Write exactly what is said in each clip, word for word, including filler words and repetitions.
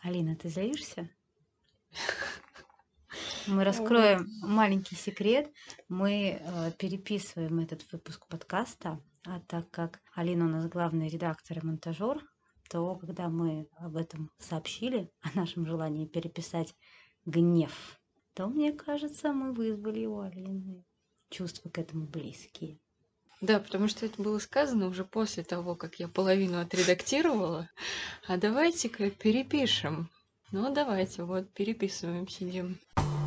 Алина, ты злишься? Мы Вот. раскроем маленький секрет. Мы э, переписываем этот выпуск подкаста, а так как Алина у нас главный редактор и монтажер, то когда мы об этом сообщили, о нашем желании переписать гнев, то, мне кажется, мы вызвали у Алины чувства к этому близкие. Да, потому что это было сказано уже после того, как я половину отредактировала. А давайте-ка перепишем. Ну, давайте, вот, переписываем, сидим.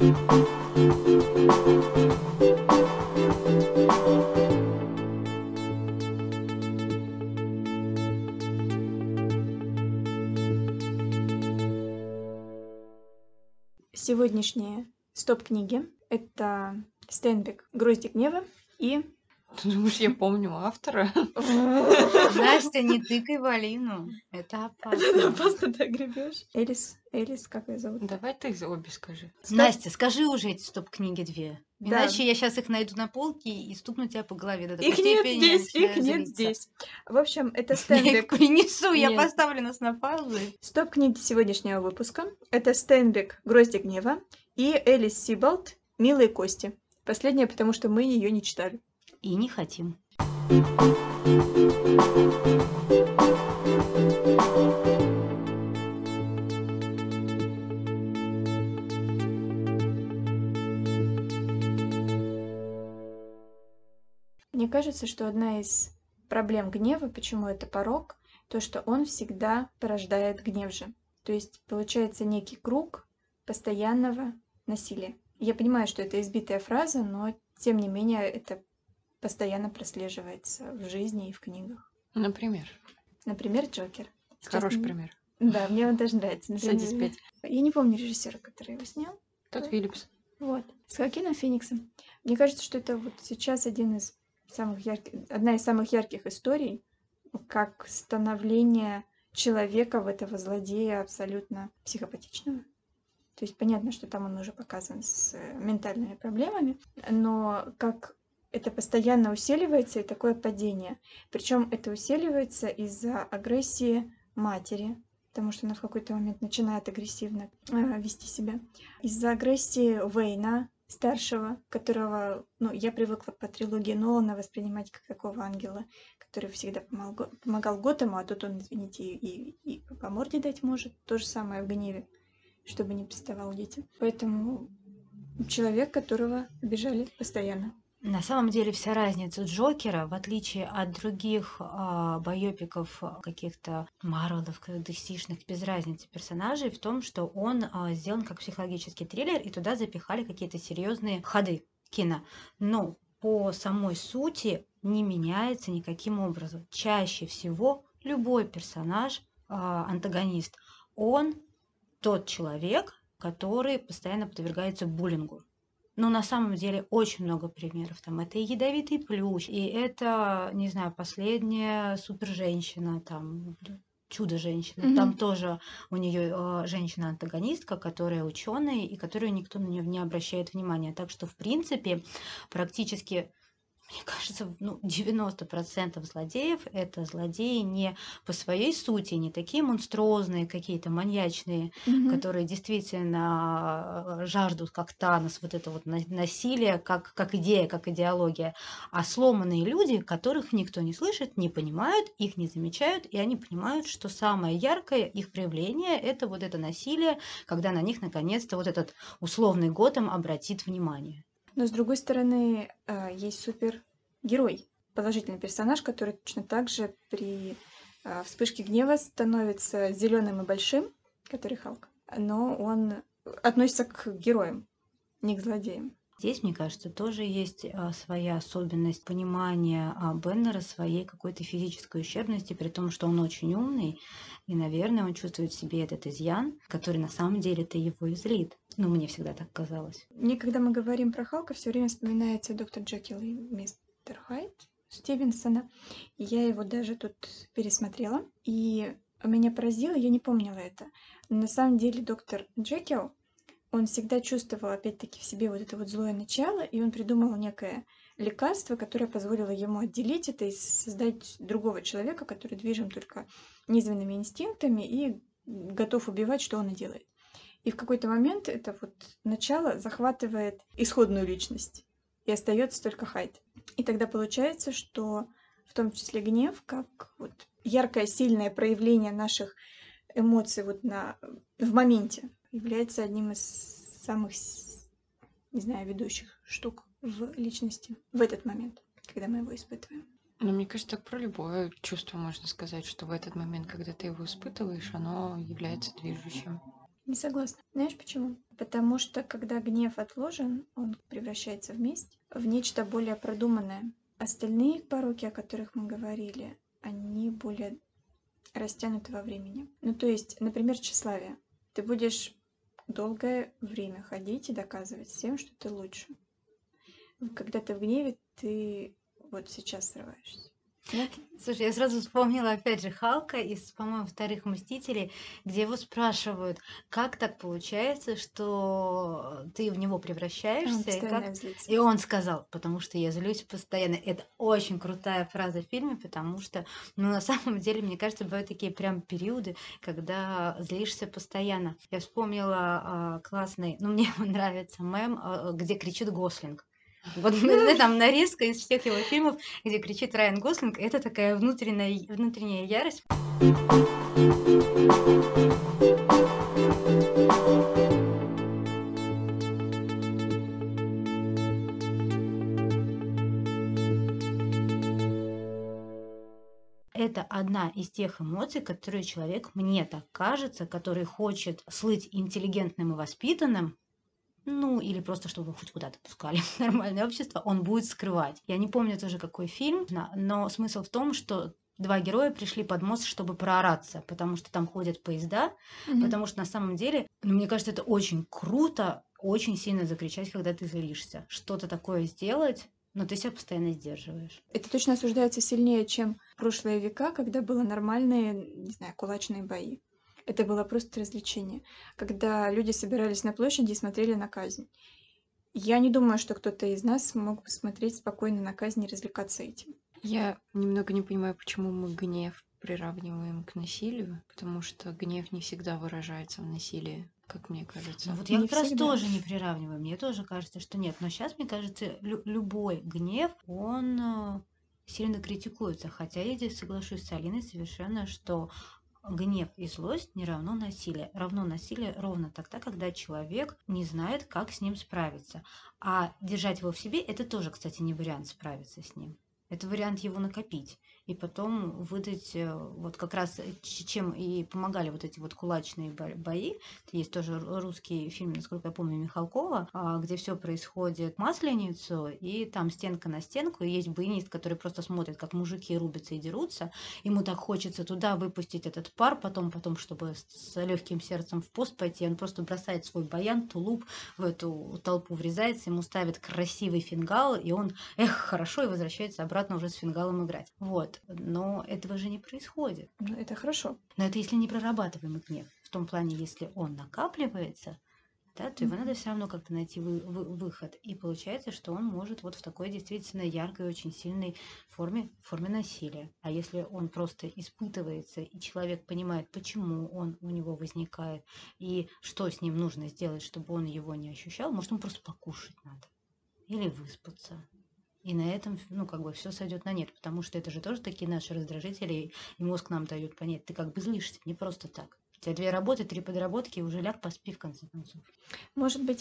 Сегодняшние стоп-книги — это Стейнбек «Грозди гнева» и... Ты думаешь, я помню автора? Настя, не тыкай в Алину. Это опасно. Опасно ты гребешь. Элис, Элис, как ее зовут? Давай ты обе скажи. Стоп. Настя, скажи уже эти стоп-книги две. Да. Иначе я сейчас их найду на полке и стукну тебя по голове до такой Их нет степени, я здесь, их начинаю нет злиться. здесь. В общем, это Я их Стейнбек. принесу, я Нет. поставлю нас на паузу. Стоп-книги сегодняшнего выпуска — это Стейнбек «Грозди гнева» и Элис Сиболт «Милые кости». Последняя, потому что мы ее не читали. И не хотим. Мне кажется, что одна из проблем гнева, почему это порок, то, что он всегда порождает гнев же. То есть получается некий круг постоянного насилия. Я понимаю, что это избитая фраза, но тем не менее это постоянно прослеживается в жизни и в книгах. Например. Например, Джокер. Сейчас Хороший не- пример. Да, мне он даже нравится. Например, Садись петь. Я не помню режиссера, который его снял. Тот Да. Филлипс. Вот. С Хоакином Фениксом. Мне кажется, что это вот сейчас один из самых ярких, одна из самых ярких историй, как становление человека в этого злодея абсолютно психопатичного. То есть понятно, что там он уже показан с э, ментальными проблемами, но как это постоянно усиливается и такое падение. Причем это усиливается из-за агрессии матери, потому что она в какой-то момент начинает агрессивно э, вести себя. Из-за агрессии Уэйна, старшего, которого, ну, я привыкла по трилогии Нолана воспринимать как такого ангела, который всегда помогал, помогал Готэму, а тут он, извините, и, и, и по морде дать может. То же самое в гневе, чтобы не приставал к детям. Поэтому человек, которого обижали постоянно. На самом деле вся разница Джокера, в отличие от других а, байопиков, а, каких-то Марвелов, ди си-шных, без разницы персонажей, в том, что он а, сделан как психологический триллер, и туда запихали какие-то серьезные ходы кино. Но по самой сути не меняется никаким образом. Чаще всего любой персонаж, а, антагонист, он тот человек, который постоянно подвергается буллингу. Но на самом деле очень много примеров. Там это и ядовитый плющ, и это, не знаю, последняя супер-женщина, там чудо-женщина. Мгм. Там тоже у нее э, женщина-антагонистка, которая ученая, и которую никто на нее не обращает внимания. Так что, в принципе, практически, мне кажется, ну, девяносто процентов злодеев – это злодеи не по своей сути, не такие монструозные, какие-то маньячные, Мгм. которые действительно э, жаждут, как Танос, вот это вот на- насилие, как, как идея, как идеология, а сломанные люди, которых никто не слышит, не понимают, их не замечают, и они понимают, что самое яркое их проявление – это вот это насилие, когда на них наконец-то вот этот условный Готэм обратит внимание. Но с другой стороны, э, есть супергерой, положительный персонаж, который точно так же при э, вспышке гнева становится зеленым и большим, который Халк, но он относится к героям, не к злодеям. Здесь, мне кажется, тоже есть а, своя особенность понимания а, Беннера своей какой-то физической ущербности, при том, что он очень умный, и, наверное, он чувствует в себе этот изъян, который на самом деле-то его и злит. Ну, мне всегда так казалось. Мне, когда мы говорим про Халка, все время вспоминается доктор Джекил и мистер Хайд Стивенсона. И я его даже тут пересмотрела. И меня поразило, я не помнила это. Но на самом деле доктор Джекил, он всегда чувствовал, опять-таки, в себе вот это вот злое начало, и он придумал некое лекарство, которое позволило ему отделить это и создать другого человека, который движим только низменными инстинктами и готов убивать, что он и делает. И в какой-то момент это вот начало захватывает исходную личность, и остается только Хайд. И тогда получается, что в том числе гнев, как вот яркое, сильное проявление наших эмоций вот на, в моменте, является одним из самых, с- не знаю, ведущих штук в личности в этот момент, когда мы его испытываем. Но мне кажется, так про любое чувство можно сказать, что в этот момент, когда ты его испытываешь, оно является движущим. Не согласна. Знаешь почему? Потому что когда гнев отложен, он превращается в месть, в нечто более продуманное. Остальные пороки, о которых мы говорили, они более растянуты во времени. Ну, то есть, например, тщеславие. Ты будешь долгое время ходить и доказывать всем, что ты лучше. Когда ты в гневе, ты вот сейчас срываешься. Нет? Слушай, я сразу вспомнила опять же Халка из, по-моему, «Вторых Мстителей», где его спрашивают, как так получается, что ты в него А он превращаешься, и как... постоянно злится. И он сказал, потому что я злюсь постоянно. Это очень крутая фраза в фильме, потому что, ну, на самом деле, мне кажется, бывают такие прям периоды, когда злишься постоянно. Я вспомнила а, классный, ну, мне нравится мем, а, где кричит Гослинг. Вот там нарезка из всех его фильмов, где кричит Райан Гослинг, это такая внутренняя, внутренняя ярость. Это одна из тех эмоций, которые человек, мне так кажется, который хочет слыть интеллигентным и воспитанным, ну, или просто чтобы хоть куда-то пускали в нормальное общество, он будет скрывать. Я не помню тоже, какой фильм, на- но смысл в том, что два героя пришли под мост, чтобы проораться, потому что там ходят поезда, Мгм. потому что на самом деле, ну, мне кажется, это очень круто, очень сильно закричать, когда ты злишься. Что-то такое сделать, но ты себя постоянно сдерживаешь. Это точно осуждается сильнее, чем в прошлые века, когда было нормальные, не знаю, кулачные бои. Это было просто развлечение, когда люди собирались на площади и смотрели на казнь. Я не думаю, что кто-то из нас мог бы смотреть спокойно на казнь и развлекаться этим. Я немного не понимаю, почему мы гнев приравниваем к насилию, потому что гнев не всегда выражается в насилии, как мне Ну кажется. вот я Не как раз всегда. тоже не приравниваю. Мне тоже кажется, что нет. Но сейчас, мне кажется, лю- любой гнев, он э, сильно критикуется. Хотя я здесь соглашусь с Алиной совершенно, что гнев и злость не равно насилие. Равно насилие ровно тогда, когда человек не знает, как с ним справиться. А держать его в себе– это тоже, кстати, не вариант справиться с ним. Это вариант его накопить и потом выдать, э, вот как раз э, ч- чем и помогали вот эти вот кулачные бо- бои. Есть тоже ру- русский фильм, насколько я помню, Михалкова, а, где все происходит в Масленицу, и там стенка на стенку, и есть баянист, который просто смотрит, как мужики рубятся и дерутся. Ему так хочется туда выпустить этот пар, потом, потом, чтобы с легким сердцем в пост пойти, он просто бросает свой баян, тулуп в эту толпу, врезается, ему ставят красивый фингал, и он, эх, хорошо, и возвращается обратно уже с фингалом играть. Вот. Но этого же не происходит. Ну, это хорошо. Но это если не прорабатываемый гнев. В том плане, если он накапливается, да, то его надо Мгм. все равно как-то найти вы- вы- выход. И получается, что он может вот в такой действительно яркой, очень сильной форме, форме насилия. А если он просто испытывается, и человек понимает, почему он у него возникает, и что с ним нужно сделать, чтобы он его не ощущал, может, ему просто покушать надо. Или выспаться. И на этом, ну, как бы все сойдет на нет, потому что это же тоже такие наши раздражители, и мозг нам дает понять, ты как бы злишься, не просто так. У тебя две работы, три подработки, и уже ляг, поспи в конце концов. Может быть.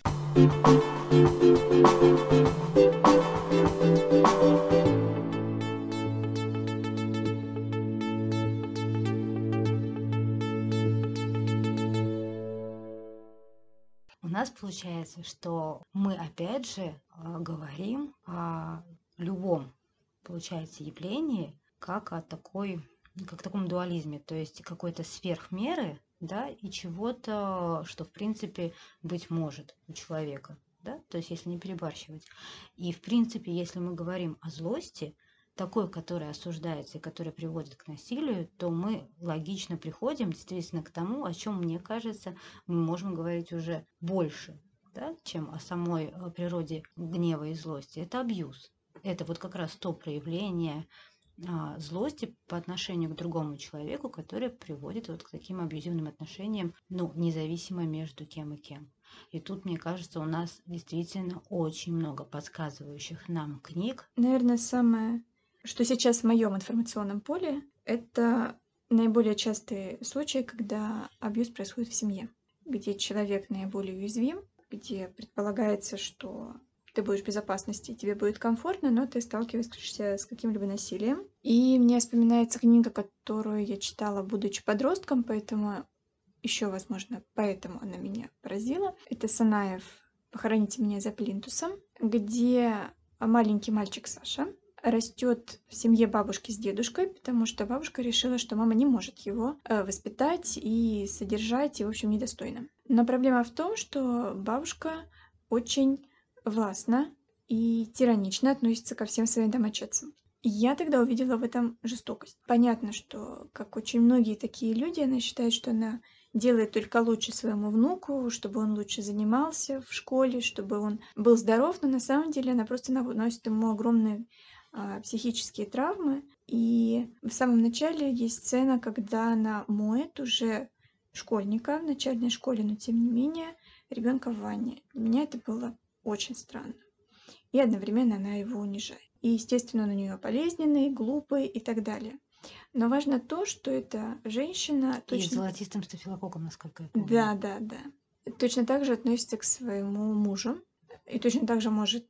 У нас получается, что мы опять же а, говорим о любом, получается, явлении, как о такой, ну, как о таком дуализме, то есть какой-то сверхмеры, да, и чего-то, что в принципе быть может у человека, да, то есть если не перебарщивать. И в принципе, если мы говорим о злости, такой, которая осуждается и которая приводит к насилию, то мы логично приходим действительно к тому, о чем, мне кажется, мы можем говорить уже больше, да, чем о самой э, природе гнева и злости. Это абьюз. Это вот как раз то проявление а, злости по отношению к другому человеку, которая приводит вот к таким абьюзивным отношениям, ну, независимо между кем и кем. И тут, мне кажется, у нас действительно очень много подсказывающих нам книг. Наверное, самое, что сейчас в моем информационном поле, это наиболее частые случаи, когда абьюз происходит в семье, где человек наиболее уязвим, где предполагается, что ты будешь в безопасности, тебе будет комфортно, но ты сталкиваешься с каким-либо насилием. И мне вспоминается книга, которую я читала, будучи подростком, поэтому еще, возможно, поэтому она меня поразила. Это Санаев «Похороните меня за плинтусом», где маленький мальчик Саша растет в семье бабушки с дедушкой, потому что бабушка решила, что мама не может его э, воспитать и содержать, и, в общем, недостойно. Но проблема в том, что бабушка очень властно и тиранично относится ко всем своим домочадцам. И я тогда увидела в этом жестокость. Понятно, что, как очень многие такие люди, она считает, что она делает только лучше своему внуку, чтобы он лучше занимался в школе, чтобы он был здоров, но на самом деле она просто наносит ему огромные а, психические травмы. И в самом начале есть сцена, когда она моет уже школьника в начальной школе, но тем не менее ребенка в ванне. Для меня это было очень странно. И одновременно она его унижает. И, естественно, он у нее болезненный, глупый и так далее. Но важно то, что эта женщина И с точно... золотистым стафилококком, насколько я помню. Да, да, да. Точно так же относится к своему мужу. И точно так же может,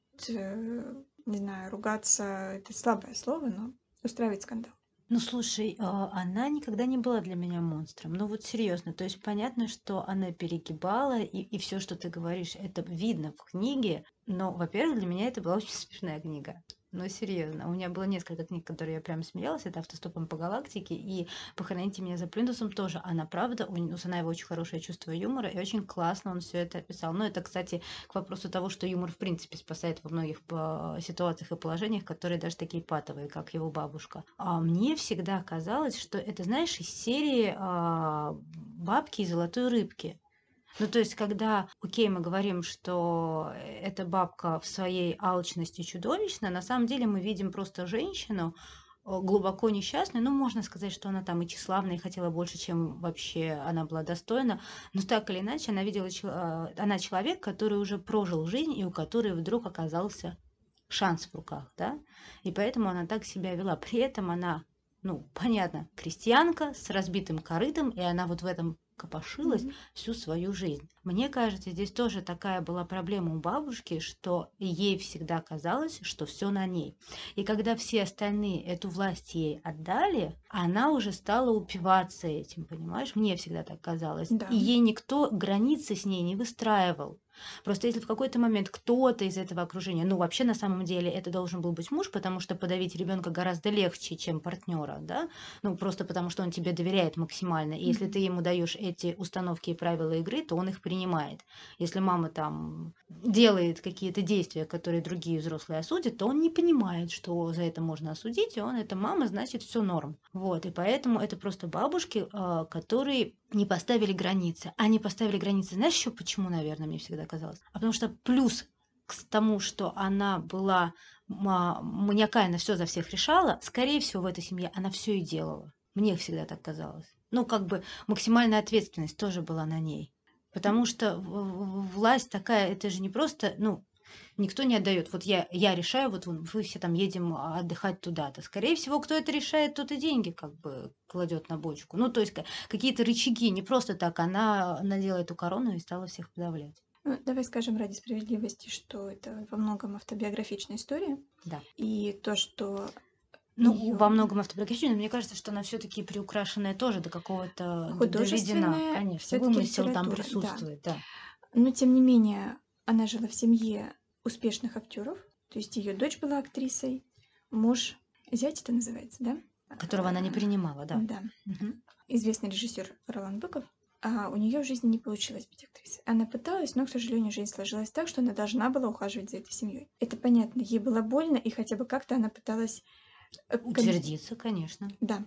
э, не знаю, ругаться, это слабое слово, но устраивать скандал. Ну, слушай, а, она никогда не была для меня монстром. Ну, вот серьезно. То есть понятно, что она перегибала, и, и все, что ты говоришь, это видно в книге. Но, во-первых, для меня это была очень смешная книга. Ну, серьезно. У меня было несколько книг, которые я прям смеялась. Это «Автостопом по галактике» и «Похороните меня за плинтусом» тоже. Она, правда, у, у Санаева очень хорошее чувство юмора, и очень классно он все это описал. Ну, это, кстати, к вопросу того, что юмор, в принципе, спасает во многих а, ситуациях и положениях, которые даже такие патовые, как его бабушка. А мне всегда казалось, что это, знаешь, из серии а, «Бабки и золотой рыбки». Ну, то есть, когда, окей, мы говорим, что эта бабка в своей алчности чудовищна, на самом деле мы видим просто женщину э, глубоко несчастную. Ну, можно сказать, что она там и тщеславная, и хотела больше, чем вообще она была достойна. Но так или иначе, она видела, чел- а, она человек, который уже прожил жизнь, и у которой вдруг оказался шанс в руках, да? И поэтому она так себя вела. При этом она, ну, понятно, крестьянка с разбитым корытом, и она вот в этом копошилась Мгм. всю свою жизнь. Мне кажется, здесь тоже такая была проблема у бабушки, что ей всегда казалось, что все на ней. И когда все остальные эту власть ей отдали, она уже стала упиваться этим, понимаешь? Мне всегда так казалось. Да. И ей никто границы с ней не выстраивал. Просто если в какой-то момент кто-то из этого окружения, ну вообще на самом деле это должен был быть муж, потому что подавить ребенка гораздо легче, чем партнера, да, ну просто потому что он тебе доверяет максимально. И если ты Мгм. ему даешь эти установки и правила игры, то он их принимает. Если мама там делает какие-то действия, которые другие взрослые осудят, то он не понимает, что за это можно осудить, и он это мама, значит, все норм. Вот, и поэтому это просто бабушки, а, которые не поставили границы. Они поставили границы, знаешь еще почему, наверное, мне всегда казалось? А потому что плюс к тому, что она была ма- маниакально все за всех решала, скорее всего, в этой семье она все и делала. Мне всегда так казалось. Ну, как бы максимальная ответственность тоже была на ней. Потому что в- в- власть такая, это же не просто, ну, никто не отдает. Вот я, я решаю, вот вы вы все там едем отдыхать туда-то. Скорее всего, кто это решает, тот и деньги как бы кладет на бочку. Ну, то есть ка- какие-то рычаги, не просто так. Она надела эту корону и стала всех подавлять. Ну, давай скажем ради справедливости, что это во многом автобиографичная история. Да. И то, что Ну, ее во многом автобиографичная, но мне кажется, что она все-таки приукрашенная тоже до какого-то д- доведена. художественная Конечно, все-таки вымысел там литература, да. присутствует, да. Но тем не менее, она жила в семье успешных актеров. То есть ее дочь была актрисой, муж, зять это называется, да? Которого она не А, принимала, да. Да. Мгм. Известный режиссер Ролан Быков. А у нее в жизни не получилось быть актрисой. Она пыталась, но, к сожалению, жизнь сложилась так, что она должна была ухаживать за этой семьей. Это понятно, ей было больно, и хотя бы как-то она пыталась... э, кон- Утвердиться, конечно. Да.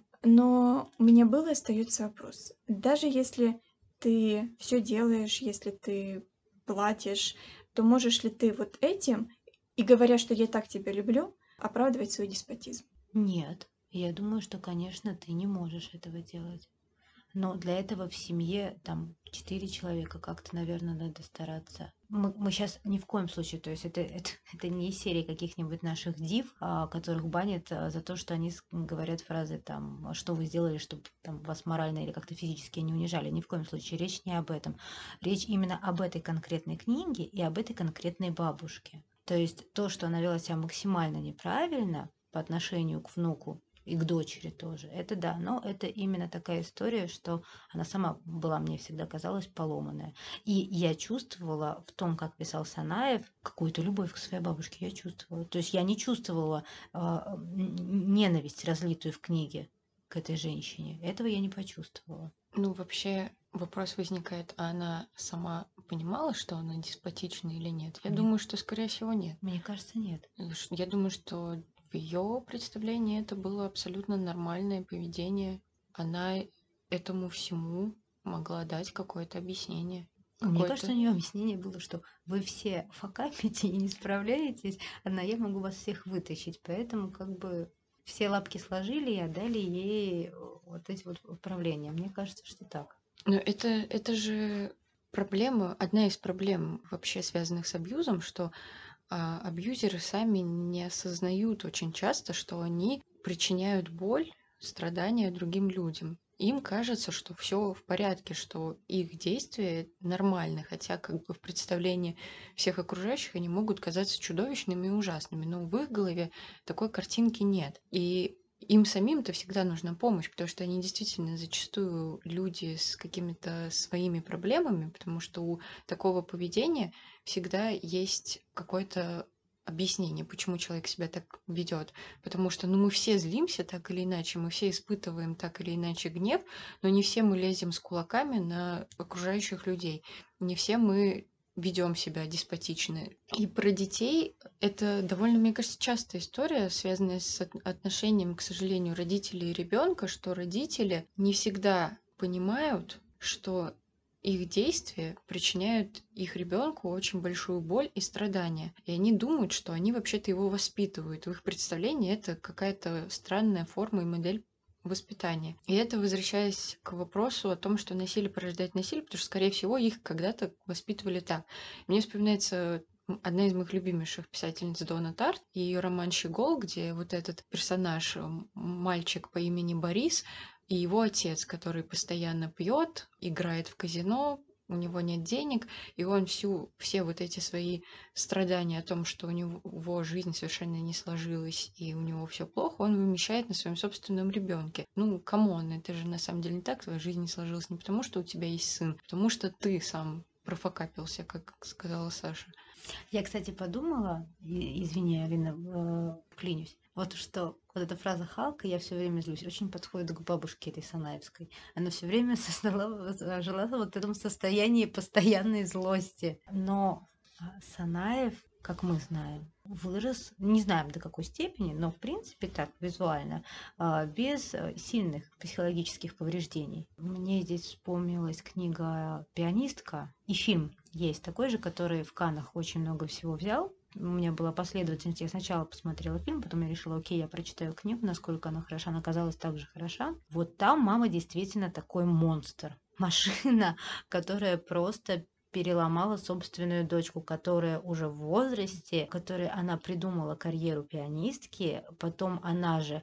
Но у меня был и остается вопрос. Даже если ты все делаешь, если ты платишь, то можешь ли ты вот этим, и говоря, что я так тебя люблю, оправдывать свой деспотизм? Нет. И я думаю, что, конечно, ты не можешь этого делать. Но для этого в семье там четыре человека, как-то, наверное, надо стараться. Мы, мы сейчас ни в коем случае, то есть это, это, это не из серии каких-нибудь наших див, а, которых банят а, за то, что они с- говорят фразы там, «А что вы сделали, чтобы там, вас морально или как-то физически не унижали». Ни в коем случае речь не об этом. Речь именно об этой конкретной книге и об этой конкретной бабушке. То есть то, что она вела себя максимально неправильно по отношению к внуку, и к дочери тоже. Это да, но это именно такая история, что она сама была, мне всегда казалась, поломанная. И я чувствовала в том, как писал Санаев, какую-то любовь к своей бабушке я чувствовала. То есть я не чувствовала а, н- ненависть, разлитую в книге к этой женщине. Этого я не почувствовала. Ну, вообще, вопрос возникает, а она сама понимала, что она деспотична или нет? Я Мне, думаю, что, скорее всего, нет. мне кажется, нет. Э, ш- Я думаю, что в ее представлении это было абсолютно нормальное поведение. Она этому всему могла дать какое-то объяснение. Мне кажется, Какое-то... у нее объяснение было, что вы все факапите и не справляетесь, одна я могу вас всех вытащить. Поэтому как бы все лапки сложили и отдали ей э, вот эти вот управления. Мне кажется, что так. Но это, это же проблема, одна из проблем вообще связанных с абьюзом, что а, абьюзеры сами не осознают очень часто, что они причиняют боль, страдания другим людям. Им кажется, что все в порядке, что их действия нормальны, хотя как бы в представлении всех окружающих они могут казаться чудовищными и ужасными, но в их голове такой картинки нет. И им самим-то всегда нужна помощь, потому что они действительно зачастую люди с какими-то своими проблемами, потому что у такого поведения всегда есть какое-то объяснение, почему человек себя так ведет. Потому что, ну, мы все злимся так или иначе, мы все испытываем так или иначе гнев, но не все мы лезем с кулаками на окружающих людей. Не все мы ведем себя деспотично. И про детей это довольно, мне кажется, частая история, связанная с от- отношением, к сожалению, родителей и ребенка, что родители не всегда понимают, что их действия причиняют их ребенку очень большую боль и страдания. И они думают, что они вообще-то его воспитывают. В их представлении это какая-то странная форма и модель воспитания. И это возвращаясь к вопросу о том, что насилие порождает насилие, потому что, скорее всего, их когда-то воспитывали так. Мне вспоминается м, одна из моих любимейших писательниц Дона Тарт и ее роман «Щегол», где вот этот персонаж, м, мальчик по имени Борис, и его отец, который постоянно пьет, играет в казино, у него нет денег, и он всю, все вот эти свои страдания о том, что у него жизнь совершенно не сложилась и у него все плохо, он вымещает на своем собственном ребенке. Ну, камон, это же на самом деле не так, твоя жизнь не сложилась не потому, что у тебя есть сын, а потому что ты сам профокапился, как сказала Саша. Я, кстати, подумала, и- извини, Алина, э, вклинюсь, вот что вот эта фраза Халка, я все время злюсь, очень подходит к бабушке этой Санаевской. Она все время создала, жила в вот этом состоянии постоянной злости. Но а, Санаев, как мы знаем, вырос, не знаем до какой степени, но в принципе так, визуально, а, без э, сильных психологических повреждений. Мне здесь вспомнилась книга «Пианистка» и фильм есть такой же, который в Каннах очень много всего взял. У меня была последовательность. Я сначала посмотрела фильм, потом я решила, окей, я прочитаю книгу, насколько она хороша. Она оказалась также хороша. Вот там мама действительно такой монстр. Машина, которая просто переломала собственную дочку, которая уже в возрасте, которой она придумала карьеру пианистки, потом она же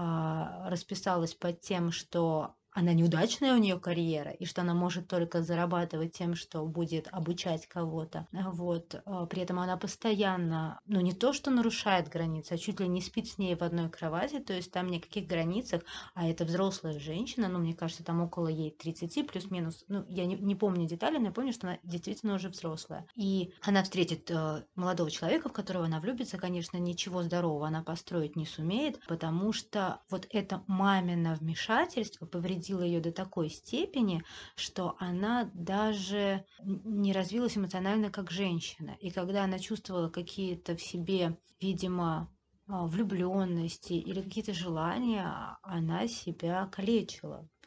а, расписалась под тем, что она неудачная у нее карьера, и что она может только зарабатывать тем, что будет обучать кого-то. Вот. а, При этом она постоянно, ну не то, что нарушает границы, а чуть ли не спит с ней в одной кровати, то есть там никаких границах, а это взрослая женщина, ну мне кажется, там около ей тридцати плюс-минус, ну я не, не помню детали, но я помню, что она действительно уже взрослая. И она встретит э, молодого человека, в которого она влюбится, конечно, ничего здорового она построить не сумеет, потому что вот это мамино вмешательство повредило ее до такой степени, что она даже не развилась эмоционально как женщина. И когда она чувствовала какие-то в себе, видимо, влюбленности или какие-то желания, она себя калечила.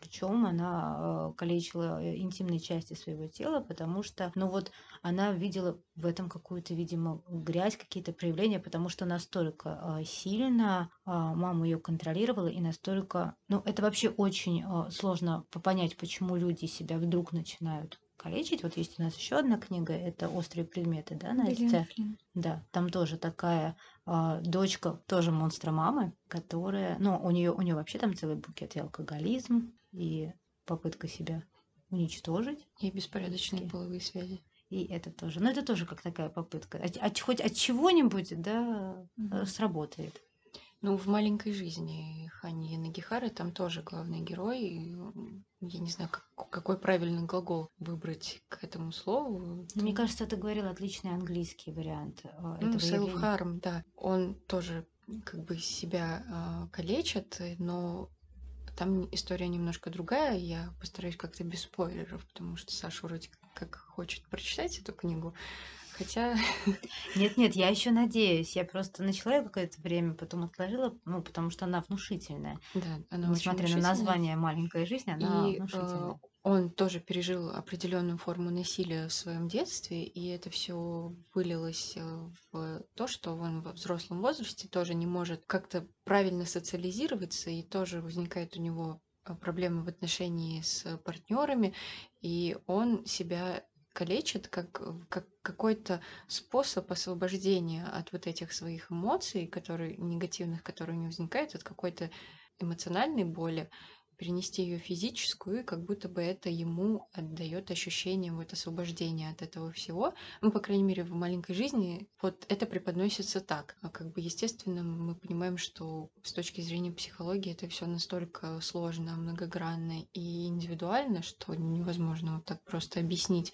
Причем она э, калечила э, интимные части своего тела, потому что, ну вот, она видела в этом какую-то, видимо, грязь, какие-то проявления, потому что настолько а, сильно а, мама ее контролировала и настолько, ну, это вообще очень а, сложно по- понять, почему люди себя вдруг начинают калечить. Вот есть у нас еще одна книга, это «Острые предметы», да, Гиллиан Настя? Флинн. Да, там тоже такая а, дочка, тоже монстра мамы, которая, ну, у нее у нее вообще там целый букет и алкоголизм, и попытка себя уничтожить И беспорядочные физически. половые связи. И это тоже. Ну, это тоже как такая попытка. От, от- хоть от чего-нибудь, да, э, Мгм. сработает. Ну, в «Маленькой жизни» Хани Нагихары там тоже главный герой. и, м, Я не знаю, как- какой правильный глагол выбрать к этому слову. Но мне Это, кажется, ты говорил отличный английский вариант э, ну, этого явления. селф-харм, да. Он тоже как бы себя а, калечит, э, но там история немножко другая. Я постараюсь как-то без спойлеров, потому что Саша вроде как хочет прочитать эту книгу. Хотя, Нет-нет, я еще надеюсь. Я просто начала ее какое-то время, потом отложила, ну, потому что она внушительная. да, она очень Несмотря на внушительная. название «Маленькая жизнь», она И э, внушительная. он тоже пережил определенную форму насилия в своем детстве, и это все вылилось э, в то, что он во взрослом возрасте тоже не может как-то правильно социализироваться, и тоже возникает у него э, проблемы в отношении с партнерами, и он себя калечит как, э, как какой-то способ освобождения от вот этих своих эмоций, которые негативных, которые у него возникают, от какой-то эмоциональной боли, перенести ее физическую, и как будто бы это ему отдает ощущение вот освобождения от этого всего. Ну, по крайней мере, в «Маленькой жизни» вот это преподносится так. А как бы, естественно, мы понимаем, что с точки зрения психологии это все настолько сложно, многогранно и индивидуально, что невозможно вот так просто объяснить.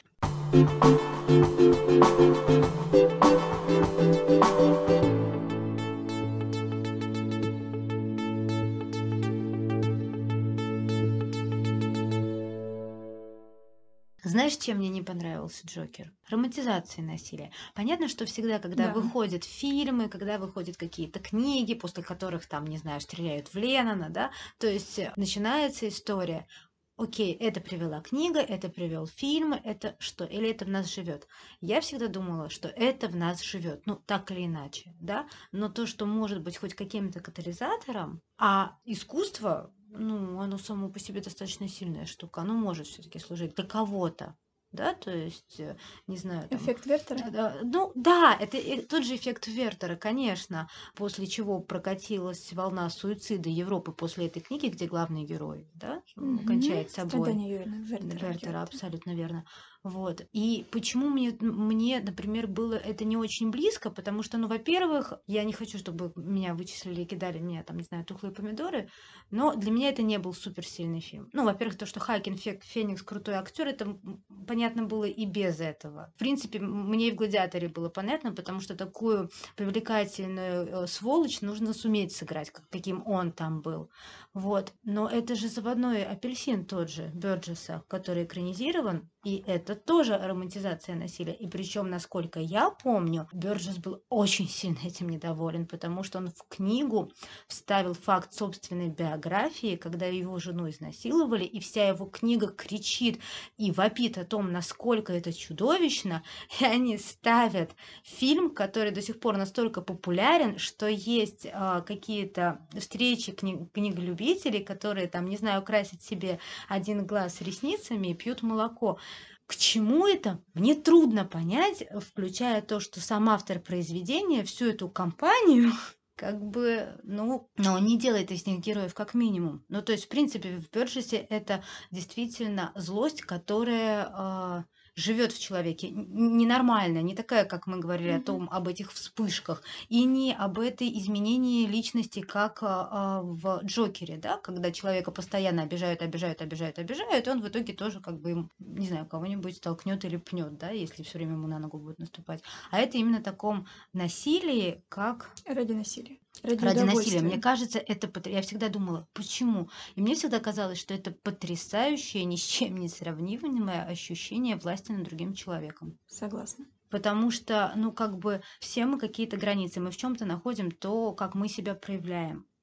Знаешь, чем мне не понравился Джокер? Романтизацией насилия. Понятно, что всегда, когда Да. выходят фильмы, когда выходят какие-то книги, после которых там, не знаю, стреляют в Леннона, да, то есть э, начинается история. Окей, это привела книга, это привел фильм, это что? Или это в нас живет? Я всегда думала, что это в нас живет, ну, так или иначе, да, но то, что может быть хоть каким-то катализатором, а искусство, ну, оно само по себе достаточно сильная штука, оно может все-таки служить для кого-то, да, то есть, э, не знаю, там, Эффект Вертера. э, да, ну, да, это э, тот же эффект Вертера, конечно, после чего прокатилась волна суицида Европы после этой книги, где главный герой, да, м, Мгм. кончает собой. Страдания Юэна Вертера. Вертера, Гёте. абсолютно верно. Вот. И почему мне, мне, например, было это не очень близко, потому что, ну, во-первых, я не хочу, чтобы меня вычислили и кидали меня, там, не знаю, тухлые помидоры, но для меня это не был суперсильный фильм. Ну, во-первых, то, что Хакин Фе- Феникс крутой актер, это м, понятно было и без этого. В принципе, м- мне и в «Гладиаторе» было понятно, потому что такую привлекательную э, сволочь нужно суметь сыграть, как, каким он там был. Вот. Но это же заводной апельсин тот же, Бёрджеса, который экранизирован, и это тоже романтизация насилия. И причем, насколько я помню, Бёрджес был очень сильно этим недоволен, потому что он в книгу вставил факт собственной биографии, когда его жену изнасиловали, и вся его книга кричит и вопит о том, насколько это чудовищно, и они ставят фильм, который до сих пор настолько популярен, что есть а, какие-то встречи кни- книголюбителей, которые там, не знаю, красят себе один глаз ресницами и пьют молоко. К чему это? Мне трудно понять, э, включая то, что сам автор произведения всю эту кампанию как бы, ну, но он не делает из них героев как минимум. Ну, то есть, в принципе, в Бёрджесе это действительно злость, которая а, живет в человеке, н- ненормальная, не такая, как мы говорили о Мгм. том, об этих вспышках, и не об этой изменении личности, как а, а, в Джокере, да, когда человека постоянно обижают, обижают, обижают, обижают, и он в итоге тоже, как бы, им, не знаю, кого-нибудь толкнет или пнет, да, если все время ему на ногу будет наступать. А это именно таком насилии, как Ради насилия. Ради ради насилия. Мне удовольствия. кажется, это потр- я всегда думала, почему? И мне всегда казалось, что это потрясающее, ни с чем не сравнимое ощущение власти над другим человеком. Согласна. Потому что, ну, как бы все мы какие-то границы, мы в чем-то находим то, как мы себя проявляем.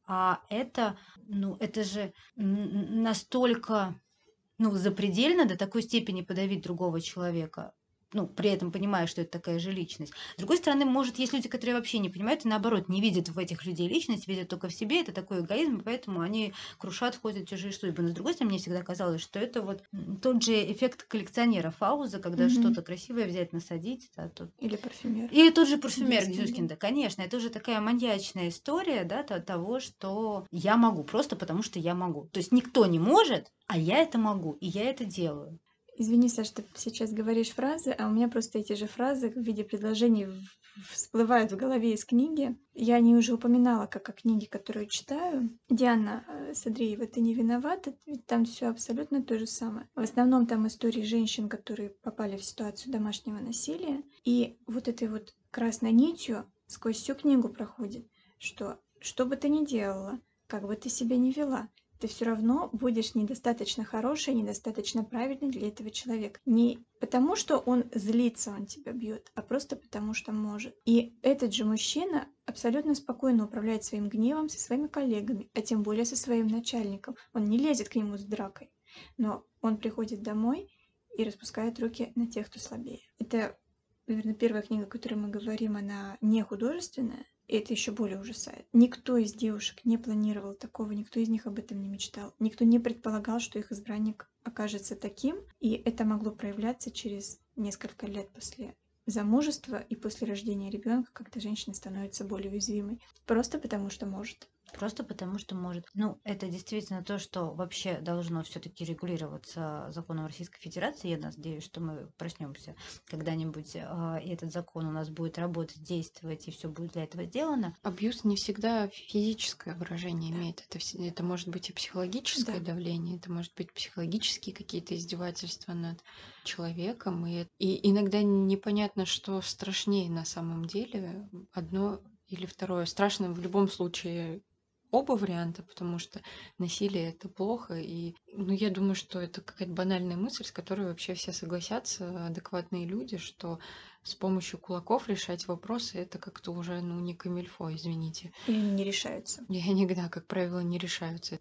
А это, ну, это же н- настолько, ну, запредельно до такой степени подавить другого человека. Ну, при этом понимая, что это такая же личность. С другой стороны, может, есть люди, которые вообще не понимают и наоборот не видят в этих людей личность, видят только в себе. Это такой эгоизм, и поэтому они крушат, входят в чужие судьбы. Но с другой стороны, мне всегда казалось, что это вот м, тот же эффект коллекционера Фауза, когда Мгм. что-то красивое взять, насадить. Да, тут Или парфюмер. и тот же парфюмер Гюскин, да. Гюскинда, конечно, это уже такая маньячная история, да, то- того, что я могу, просто потому что я могу. То есть никто не может, а я это могу, и я это делаю. Извини, Саш, ты сейчас говоришь фразы, а у меня просто эти же фразы в виде предложений в- всплывают в голове из книги. Я не уже упоминала, как о книге, которую читаю. Диана э, Садриева, «Ты не виновата», ведь там все абсолютно то же самое. В основном там истории женщин, которые попали в ситуацию домашнего насилия. И вот этой вот красной нитью сквозь всю книгу проходит, что что бы ты ни делала, как бы ты себя ни вела, ты все равно будешь недостаточно хорошей, недостаточно правильной для этого человека. Не потому, что он злится, он тебя бьет, а просто потому, что может. И этот же мужчина абсолютно спокойно управляет своим гневом со своими коллегами, а тем более со своим начальником. Он не лезет к нему с дракой, но он приходит домой и распускает руки на тех, кто слабее. Это, наверное, первая книга, о которой мы говорим, она не художественная, и это еще более ужасает. Никто из девушек не планировал такого, никто из них об этом не мечтал. Никто не предполагал, что их избранник окажется таким, и это могло проявляться через несколько лет после замужества и после рождения ребенка, когда женщина становится более уязвимой. Просто потому, что может. Просто потому, что может. Ну, это действительно то, что вообще должно все-таки регулироваться законом Российской Федерации. Я надеюсь, что мы проснемся когда-нибудь, а, и этот закон у нас будет работать, действовать, и все будет для этого сделано. Абьюз не всегда физическое выражение Да. имеет. Это, вс- это может быть и психологическое Да. давление, это может быть психологические какие-то издевательства над человеком. И, и иногда непонятно, что страшнее на самом деле, одно или второе. Страшно в любом случае оба варианта, потому что насилие это плохо. И ну, я думаю, что это какая-то банальная мысль, с которой вообще все согласятся, адекватные люди, что с помощью кулаков решать вопросы это как-то уже ну не камильфо, извините. Или они не решаются. И они, да, как правило, не решаются.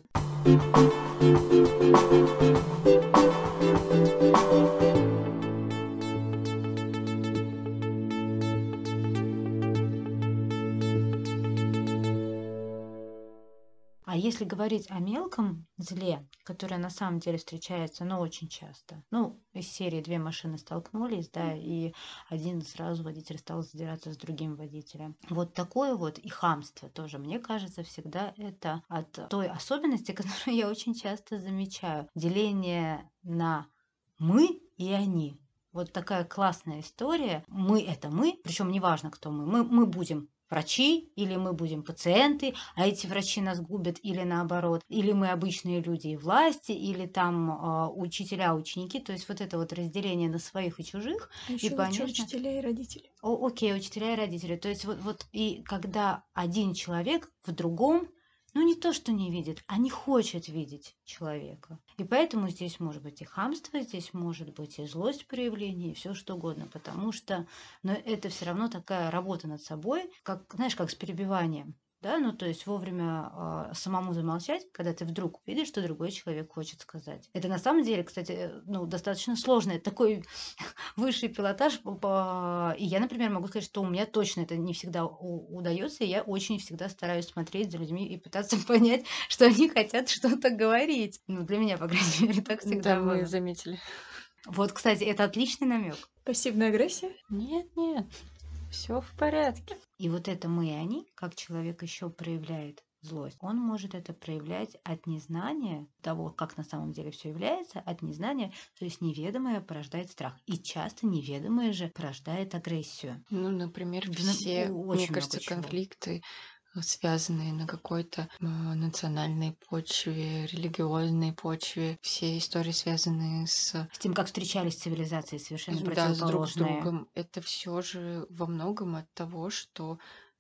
А если говорить о мелком зле, которое на самом деле встречается, но очень часто. Ну, из серии две машины столкнулись, да, и один сразу водитель стал задираться с другим водителем. Вот такое вот и хамство тоже, мне кажется, всегда это от той особенности, которую я очень часто замечаю. Деление на мы и они. Вот такая классная история. Мы это мы, причем неважно, кто мы. Мы, мы будем врачи или мы будем пациенты, а эти врачи нас губят или наоборот, или мы обычные люди и власти, или там э, учителя, ученики, то есть вот это вот разделение на своих и чужих, А и еще лучше понятно, учителя и родители. о, окей, учителя и родители, то есть вот, вот и когда один человек в другом, ну не то, что не видит, а не хочет видеть человека. И поэтому здесь может быть и хамство, здесь может быть и злость проявления, и все что угодно, потому что но это все равно такая работа над собой, как, знаешь, как с перебиванием. Да, ну то есть вовремя э, самому замолчать, когда ты вдруг видишь, что другой человек хочет сказать. Это на самом деле, кстати, ну, достаточно сложно. Это такой высший пилотаж. по- И я, например, могу сказать, что у меня точно это не всегда у- удается, и я очень всегда стараюсь смотреть за людьми и пытаться понять, что они хотят что-то говорить. Ну, для меня, по крайней мере, так Да, всегда мы было. заметили. Вот, кстати, это отличный намек. Пассивная агрессия? Нет, нет, все в порядке. И вот это мы и они, как человек еще проявляет злость, он может это проявлять от незнания того, как на самом деле все является, от незнания, то есть неведомое порождает страх. И часто неведомое же порождает агрессию. Ну, например, Да, все, ну, мне очень много кажется, чего. конфликты, э, связанные на какой-то э, национальной почве, религиозной почве, все истории, связанные с С тем, как встречались цивилизации совершенно да, с друг с противоположные. другом, это все же во многом от того, что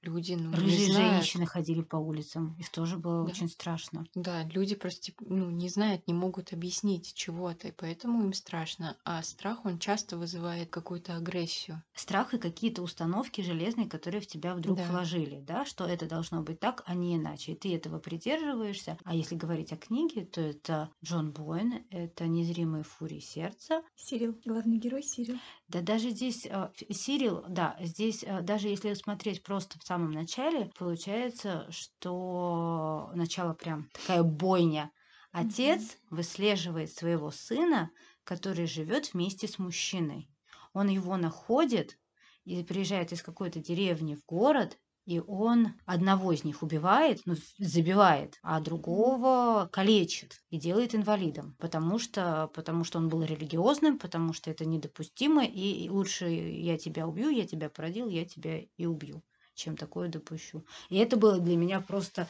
люди, ну, не Рыжие знают. женщины ходили по улицам, их тоже было Да. очень страшно. Да, люди просто типа, ну, не знают, не могут объяснить чего-то, и поэтому им страшно. А страх, он часто вызывает какую-то агрессию. Страх и какие-то установки железные, которые в тебя вдруг Да. вложили, да, что это должно быть так, а не иначе. И ты этого придерживаешься. А если говорить о книге, то это Джон Бойн, это «Незримые фурии сердца». Сирил, главный герой Сирил. Да даже здесь а, ф- Сирил, да, здесь а, даже если смотреть просто в самом начале, получается, что начало прям такая бойня. Мгм. Отец выслеживает своего сына, который живет вместе с мужчиной. Он его находит и приезжает из какой-то деревни в город, и он одного из них убивает, ну, забивает, а Мгм. другого калечит и делает инвалидом, потому что, потому что он был религиозным, потому что это недопустимо, и и лучше я тебя убью, я тебя породил, я тебя и убью, чем такое допущу. И это было для меня просто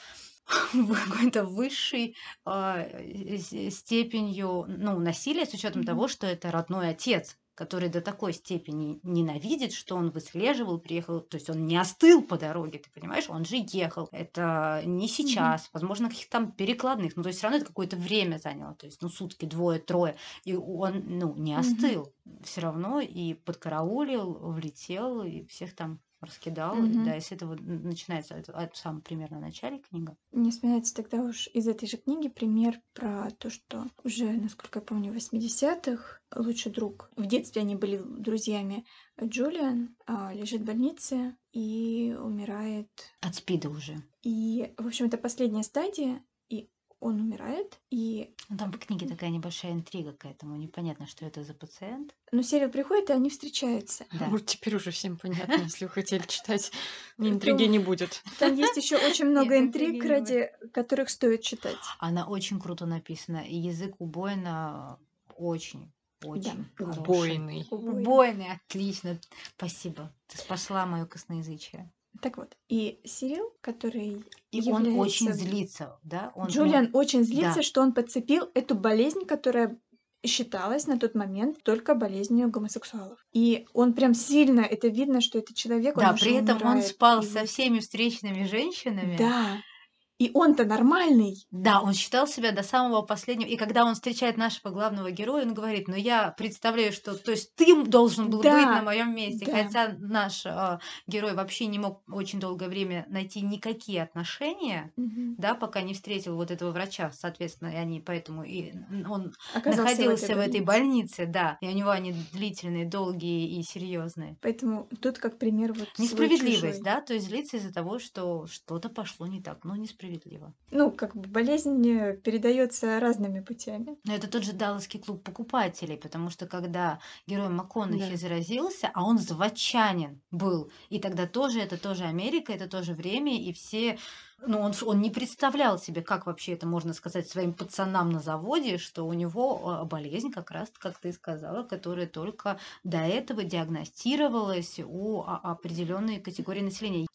какой-то высшей а, э, с- степенью, ну, насилия, с учетом Мгм. того, что это родной отец, который до такой степени ненавидит, что он выслеживал, приехал, то есть он не остыл по дороге, ты понимаешь, он же ехал. Это не Мгм. сейчас, возможно, каких-то там перекладных, ну, то есть все равно это какое-то время заняло, то есть, ну, сутки, двое, трое, и он, ну, не Мгм. остыл все равно и подкараулил, влетел, и всех там раскидал. И Мгм. да, и с этого н- начинается, это, это в самом примерно начале книга. Мне вспоминается тогда уж из этой же книги пример про то, что уже, насколько я помню, в восьмидесятых лучший друг, в детстве они были друзьями, Джулиан а, лежит в больнице и умирает. От СПИДа уже. И, в общем, это последняя стадия, и он умирает, и Ну, там в книге такая небольшая интрига к этому. Непонятно, что это за пациент. ну, Сирил приходит, и они встречаются. Да. Вот теперь уже всем понятно, если вы хотели читать, интриги Там, не будет. там есть еще очень много Нет, интриг, интриги не будет. ради которых стоит читать. Она очень круто написана. И язык у Бойна очень, Да, очень хороший. Убойный. убойный. Убойный, отлично. Спасибо. Ты спасла мое косноязычие. Так вот, и Сирил, который И он очень является... злится, да? Он, Джулиан он- очень злится, да. что он подцепил эту болезнь, которая считалась на тот момент только болезнью гомосексуалов. И он прям сильно, это видно, что это человек, он Да, уже при этом он умирает. спал И со вот, всеми встречными женщинами. да, и он-то нормальный. Да, он считал себя до самого последнего. И когда он встречает нашего главного героя, он говорит, ну я представляю, что... То есть ты должен был быть на Да, моем месте. да. Хотя наш а, герой вообще не мог очень долгое время найти никакие отношения, Мгм. да, пока не встретил вот этого врача. Соответственно, и они поэтому... И н- он Оказался находился в этой больнице. больнице, да. И у него они длительные, долгие и серьезные. Поэтому тут как пример вот свой Несправедливость, чужой. да, то есть злиться из-за того, что что-то пошло не так, ну, несправедливо. Ну, как бы болезнь э, передается разными путями. Но это тот же Далласский клуб покупателей, потому что когда герой МакКонахи Да. заразился, а он заводчанин был, и тогда тоже это тоже Америка, это тоже время, и все, ну он, ж- он не представлял себе, как вообще это можно сказать своим пацанам на заводе, что у него а, болезнь, как раз, как ты сказала, которая только до этого диагностировалась у а- определенной категории населения.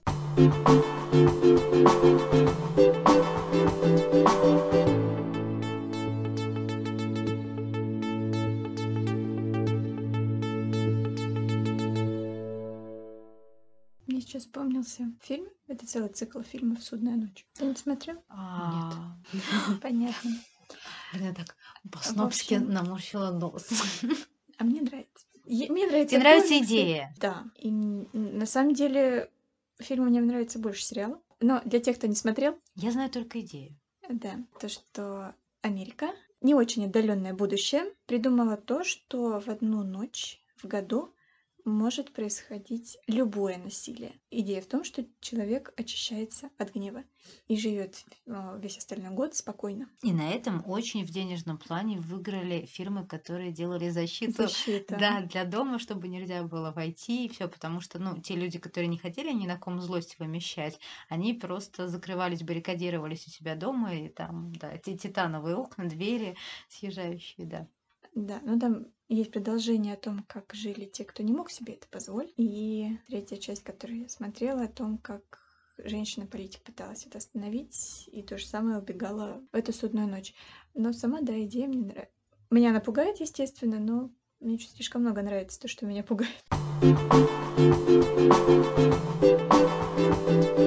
Мне сейчас вспомнился фильм. Это целый цикл фильмов «Судная ночь». Ты не смотрел? А, Понятно. Блин, я так В по-снобски общем, наморщила нос. а мне нравится. Е- Мне нравится Тебе нравится комиксы. идея? Да. И м, на самом деле фильм мне нравится больше сериала. Но для тех, кто не смотрел, Я знаю только идею. да, то, что Америка, не очень отдаленное будущее, придумала то, что в одну ночь в году может происходить любое насилие. Идея в том, что человек очищается от гнева и живет э, весь остальной год спокойно. И на этом очень в денежном плане выиграли фирмы, которые делали защиту, Защита. да, для дома, чтобы нельзя было войти и все, потому что, ну, те люди, которые не хотели ни на ком злость вымещать, они просто закрывались, баррикадировались у себя дома, и там, да, эти титановые окна, двери съезжающие, да. Да, ну там есть продолжение о том, как жили те, кто не мог себе это позволить. И третья часть, которую я смотрела, о том, как женщина-политик пыталась это остановить, и то же самое убегала в эту судную ночь. Но сама, да, идея мне нравится. Меня она пугает, естественно, но мне чуть слишком много нравится то, что меня пугает.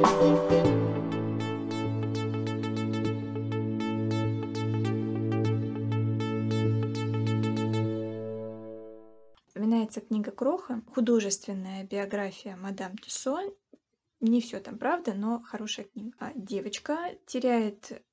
книга «Кроха», художественная биография мадам Тюссо. Не все там правда, но хорошая книга. А девочка теряет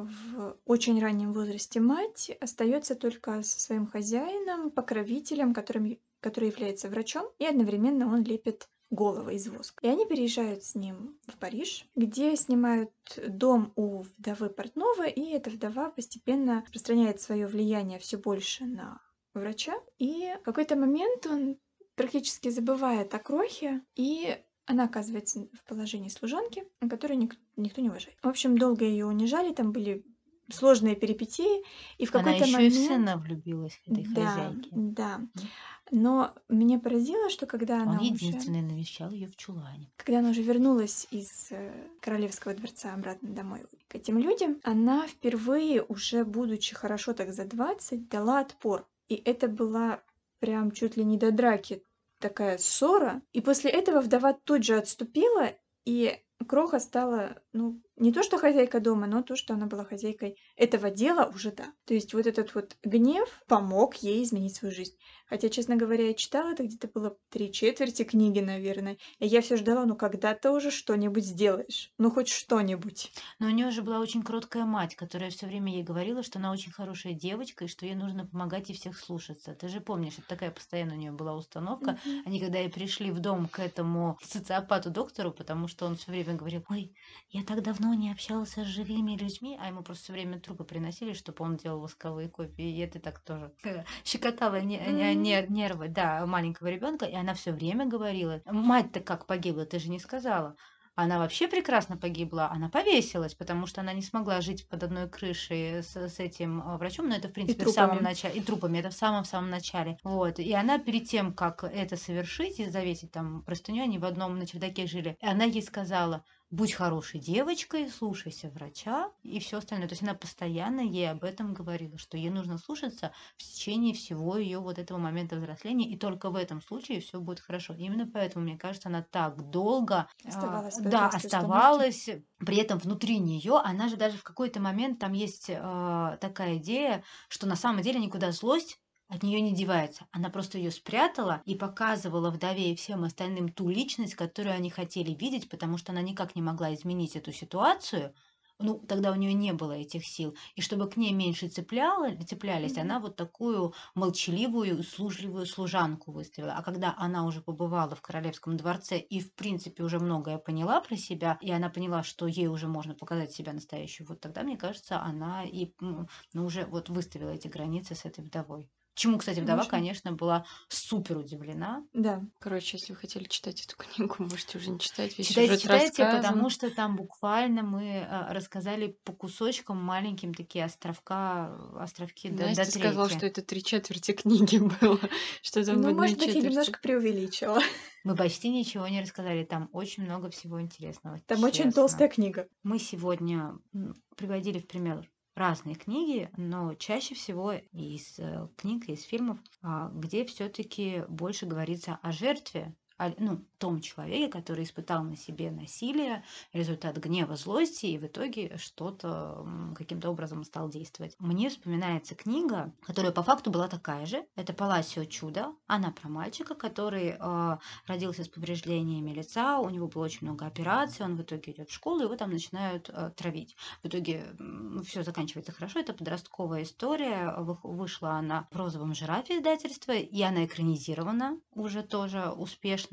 в очень раннем возрасте мать, остается только со своим хозяином, покровителем, которым, который является врачом, и одновременно он лепит головы из воска. И они переезжают с ним в Париж, где снимают дом у вдовы портного, и эта вдова постепенно распространяет свое влияние все больше на врача. И в какой-то момент он практически забывает о Крохе, и она оказывается в положении служанки, которую ник- никто не уважает. В общем, долго ее унижали, там были сложные перипетии, и в Она какой-то еще и в момент... сына влюбилась, к этой Да, хозяйке. да. М. Но меня поразило, что когда Он она уже... единственный навещал ее в чулане. Когда она уже вернулась из э, Королевского дворца обратно домой к этим людям, она впервые, уже будучи хорошо так за двадцать, дала отпор. И это была прям чуть ли не до драки такая ссора. И после этого вдова тут же отступила, и Кроха стала, ну, не то что хозяйка дома, но то, что она была хозяйкой этого дела, уже да. То есть вот этот вот гнев помог ей изменить свою жизнь. Хотя, честно говоря, я читала, это где-то было три четверти книги, наверное. И я все ждала, ну когда ты уже что-нибудь сделаешь? Ну хоть что-нибудь. Но у нее же была очень кроткая мать, которая все время ей говорила, что она очень хорошая девочка и что ей нужно помогать и всех слушаться. Ты же помнишь, это такая постоянно у нее была установка. Мгм. Они когда и пришли в дом к этому социопату-доктору, потому что он все время говорил, ой, я так давно не общался с живыми людьми, а ему просто все время трупы приносили, чтобы он делал восковые копии, и это так тоже э, щекотало не- не- Мгм. не- нервы, да, маленького ребенка, и она все время говорила, мать-то как погибла, ты же не сказала. Она вообще прекрасно погибла, она повесилась, потому что она не смогла жить под одной крышей с, с этим а, врачом, но это, в И принципе, в самом трупами. начале, и трупами, это в самом-самом начале. Вот, и она перед тем, как это совершить и завесить там простыню, они в одном на чердаке жили, и она ей сказала, будь хорошей девочкой, слушайся врача и все остальное. То есть она постоянно ей об этом говорила, что ей нужно слушаться в течение всего ее вот этого момента взросления, и только в этом случае все будет хорошо. Именно поэтому, мне кажется, она так долго, а, Оставалась под да, этой установки. оставалась, при этом внутри нее, она же даже в какой-то момент, там есть а, такая идея, что на самом деле никуда злость от нее не девается. Она просто ее спрятала и показывала вдове и всем остальным ту личность, которую они хотели видеть, потому что она никак не могла изменить эту ситуацию. Ну, тогда у нее не было этих сил. И чтобы к ней меньше цепляла, цеплялись, Мгм. она вот такую молчаливую, услужливую служанку выставила. А когда она уже побывала в королевском дворце и, в принципе, уже многое поняла про себя, и она поняла, что ей уже можно показать себя настоящую, вот тогда, мне кажется, она и м, ну, уже вот выставила эти границы с этой вдовой. Чему, кстати, вдова, Очень. конечно, была супер удивлена. Да. Короче, если вы хотели читать эту книгу, можете уже не читать, весь Читайте, сюжет читайте, рассказан. потому что там буквально мы а, рассказали по кусочкам маленьким такие островка, островки до, до Настя сказала, трети. что это три четверти книги было. Что там в Ну, одной может быть, я четверти? немножко преувеличила. Мы почти ничего не рассказали, там очень много всего интересного, Там очень честно. толстая книга. Мы сегодня м, приводили в пример разные книги, но чаще всего из э, книг, из фильмов, а, где все-таки больше говорится о жертве, о, ну, том человеке, который испытал на себе насилие, результат гнева, злости, и в итоге что-то м, каким-то образом стал действовать. Мне вспоминается книга, которая по факту была такая же. Это «Паласио чудо». Она про мальчика, который э, родился с повреждениями лица, у него было очень много операций, он в итоге идет в школу, его там начинают э, травить. В итоге все заканчивается хорошо, это подростковая история, Вы- вышла она в «Розовом жирафе» издательства, и она экранизирована уже тоже успешно.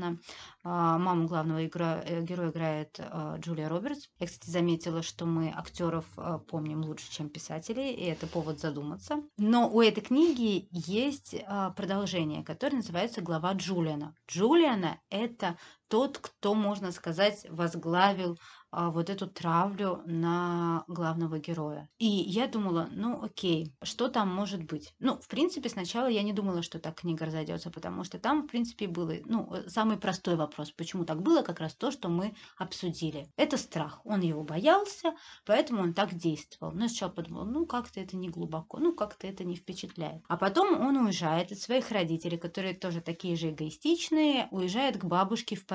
А, Маму главного игра- э, героя играет э, Джулия Робертс. Я, кстати, заметила, что мы актеров э, помним лучше, чем писателей, и это повод задуматься. Но у этой книги есть э, продолжение, которое называется «Глава Джулиана». Джулиана– это тот, кто, можно сказать, возглавил а, вот эту травлю на главного героя. И я думала, ну окей, что там может быть? Ну, в принципе, сначала я не думала, что так книга разойдется, потому что там, в принципе, было, ну, э, самый простой вопрос, почему так было, как раз то, что мы обсудили. Это страх. Он его боялся, поэтому он так действовал. Но я сначала подумала, ну, как-то это не глубоко, ну, как-то это не впечатляет. А потом он уезжает от своих родителей, которые тоже такие же эгоистичные, уезжает к бабушке в Париж.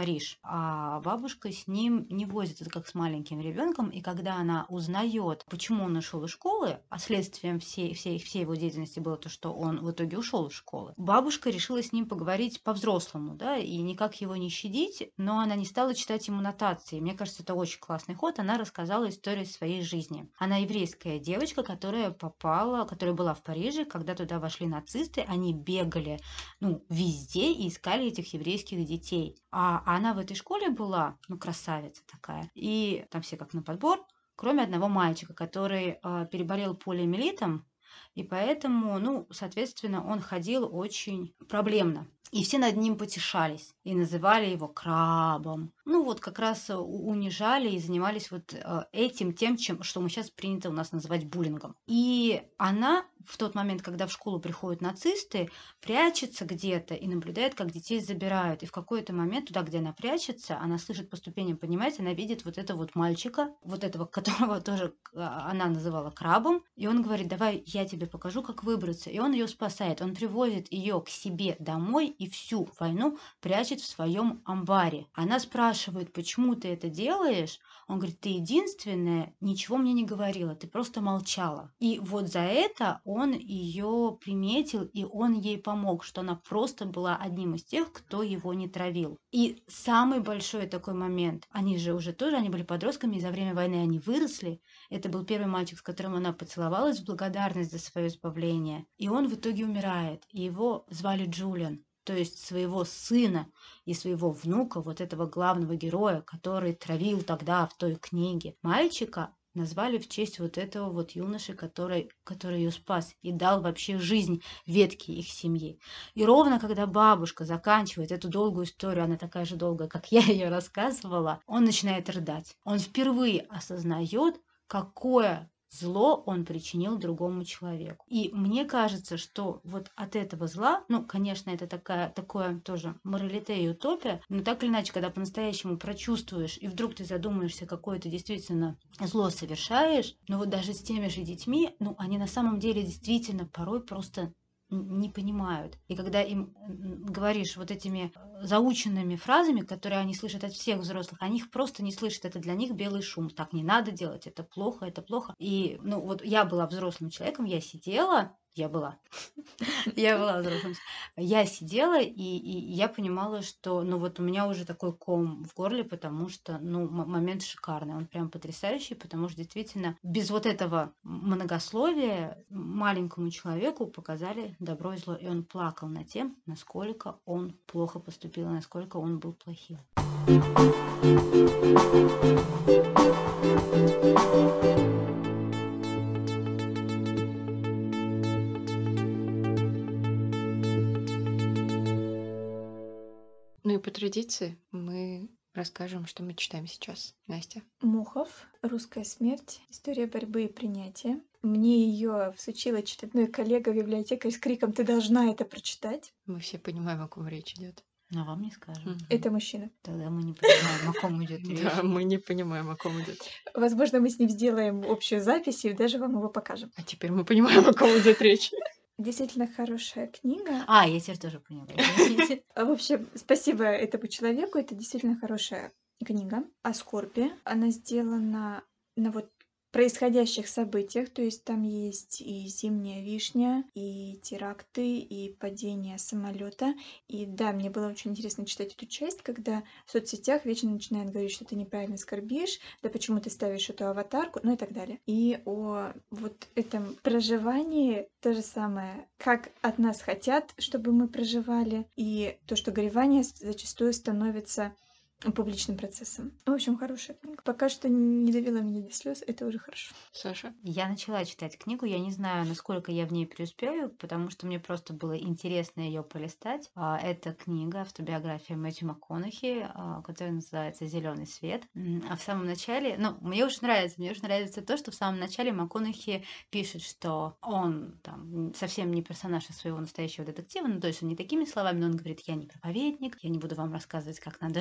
Париж, а бабушка с ним не возится, как с маленьким ребенком. И когда она узнает, почему он ушел из школы, а следствием всей, всей, всей его деятельности было то, что он в итоге ушел из школы, бабушка решила с ним поговорить по-взрослому, да, и никак его не щадить, но она не стала читать ему нотации. Мне кажется, это очень классный ход. Она рассказала историю своей жизни. Она еврейская девочка, которая попала, которая была в Париже, когда туда вошли нацисты, они бегали, ну, везде и искали этих еврейских детей. А она в этой школе была, ну, красавица такая. И там все как на подбор, кроме одного мальчика, который э, переболел полиомиелитом, и поэтому, ну, соответственно, он ходил очень проблемно. И все над ним потешались и называли его крабом. Ну, вот как раз у- унижали и занимались вот э, этим, тем, чем, что мы сейчас принято у нас называть буллингом. И она в тот момент, когда в школу приходят нацисты, прячется где-то и наблюдает, как детей забирают. И в какой-то момент туда, где она прячется, она слышит по ступеням, поднимается, она видит вот этого вот мальчика, вот этого, которого тоже э, она называла крабом. И он говорит: давай я тебе покажу, как выбраться. И он ее спасает. Он привозит ее к себе домой и всю войну прячет в своем амбаре. Она спрашивает: почему ты это делаешь? Он говорит: ты единственная ничего мне не говорила, ты просто молчала. И вот за это он ее приметил, и он ей помог, что она просто была одним из тех, кто его не травил. И самый большой такой момент, они же уже тоже, они были подростками, и за время войны они выросли. Это был первый мальчик, с которым она поцеловалась в благодарность за свое избавление. И он в итоге умирает. И его звали Джулиан, то есть своего сына и своего внука, вот этого главного героя, который травил тогда в той книге мальчика, назвали в честь вот этого вот юноши, который, который ее спас и дал вообще жизнь ветке их семьи. И ровно когда бабушка заканчивает эту долгую историю, она такая же долгая, как я ее рассказывала, он начинает рыдать. Он впервые осознает, какое зло он причинил другому человеку. И мне кажется, что вот от этого зла, ну, конечно, это такая, такое тоже моралите и утопия, но так или иначе, когда по-настоящему прочувствуешь, и вдруг ты задумаешься, какое ты действительно зло совершаешь, ну вот даже с теми же детьми, ну, они на самом деле действительно порой просто не понимают. И когда им говоришь вот этими заученными фразами, которые они слышат от всех взрослых, они их просто не слышат. Это для них белый шум. Так не надо делать, это плохо, это плохо. И, ну, вот я была взрослым человеком, я сидела, я была, я была взрослым. Я сидела, и, и я понимала, что, ну, вот у меня уже такой ком в горле, потому что, ну, м- момент шикарный, он прям потрясающий, потому что действительно без вот этого многословия маленькому человеку показали добро и зло, и он плакал над тем, насколько он плохо поступил, насколько он был плохим. Ну и по традиции мы расскажем, что мы читаем сейчас. Настя. Мухов. Русская смерть. История борьбы и принятия. Мне ее всучила очередной коллега библиотекарь с криком: ты должна это прочитать. Мы все понимаем, о ком речь идет. Но вам не скажем. Мгм. Это мужчина. Тогда мы не понимаем, о ком идет речь. Да, мы не понимаем, о ком идет. Возможно, мы с ним сделаем общую запись и даже вам его покажем. А теперь мы понимаем, о ком идет речь. Действительно хорошая книга. А, я теперь тоже поняла. извините. А, В общем, спасибо этому человеку. Это действительно хорошая книга о скорби. Она сделана на вот происходящих событиях. То есть там есть и зимняя вишня, и теракты, и падение самолета. И да, мне было очень интересно читать эту часть, когда в соцсетях вечно начинают говорить, что ты неправильно скорбишь, да почему ты ставишь эту аватарку, ну и так далее. И о вот этом проживании то же самое, как от нас хотят, чтобы мы проживали, и то, что горевание с- зачастую становится публичным процессом. В общем, хорошая книга. Пока что не довела меня до слез, это уже хорошо. Саша. Я начала читать книгу, я не знаю, насколько я в ней преуспею, потому что мне просто было интересно ее полистать. А, Это книга, автобиография Мэтью МакКонахи, а, которая называется «Зеленый свет». М, А в самом начале, ну, мне очень нравится, мне очень нравится то, что в самом начале МакКонахи пишет, что он там совсем не персонаж из своего настоящего детектива, ну, то есть он не такими словами, но он говорит: я не проповедник, я не буду вам рассказывать, как надо жить,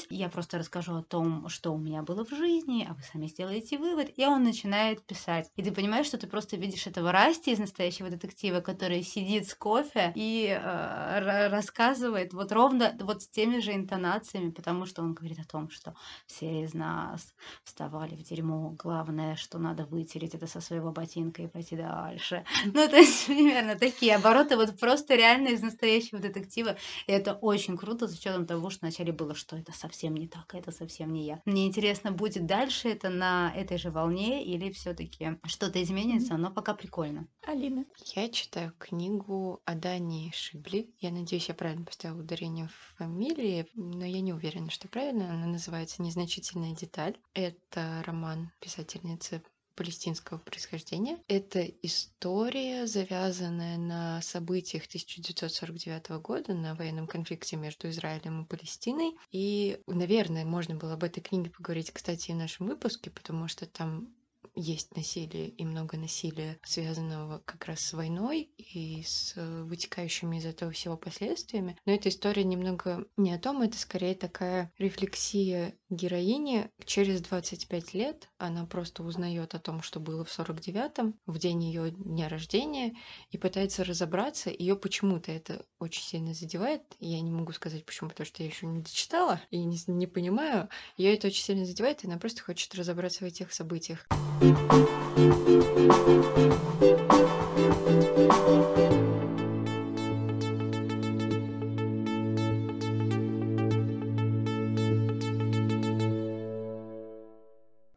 быть. Я просто расскажу о том, что у меня было в жизни, а вы сами сделаете вывод. И он начинает писать. И ты понимаешь, что ты просто видишь этого Расти из «Настоящего детектива», который сидит с кофе и э, ра- рассказывает вот ровно вот с теми же интонациями, потому что он говорит о том, что все из нас вставали в дерьмо. Главное, что надо вытереть это со своего ботинка и пойти дальше. Ну, то есть примерно такие обороты, вот просто реально из «Настоящего детектива». И это очень круто, с учетом того, что вначале было, что это совсем не так, это совсем не я. Мне интересно, будет дальше это на этой же волне или все-таки что-то изменится, но пока прикольно. Алина. Я читаю книгу о Дани Шибли. Я надеюсь, я правильно поставила ударение в фамилии, но я не уверена, что правильно. Она называется «Незначительная деталь». Это роман писательницы палестинского происхождения. Это история, завязанная на событиях тысяча девятьсот сорок девятого года, на военном конфликте между Израилем и Палестиной. И, наверное, можно было об этой книге поговорить, кстати, и в нашем выпуске, потому что там есть насилие и много насилия, связанного как раз с войной и с э, вытекающими из этого всего последствиями. Но эта история немного не о том, это скорее такая рефлексия героини. Через двадцать пять лет она просто узнает о том, что было в сорок девятом, в день ее дня рождения, и пытается разобраться. Ее почему-то это очень сильно задевает. Я не могу сказать почему, потому что я еще не дочитала и не, не понимаю. Ее это очень сильно задевает, и она просто хочет разобраться в этих событиях.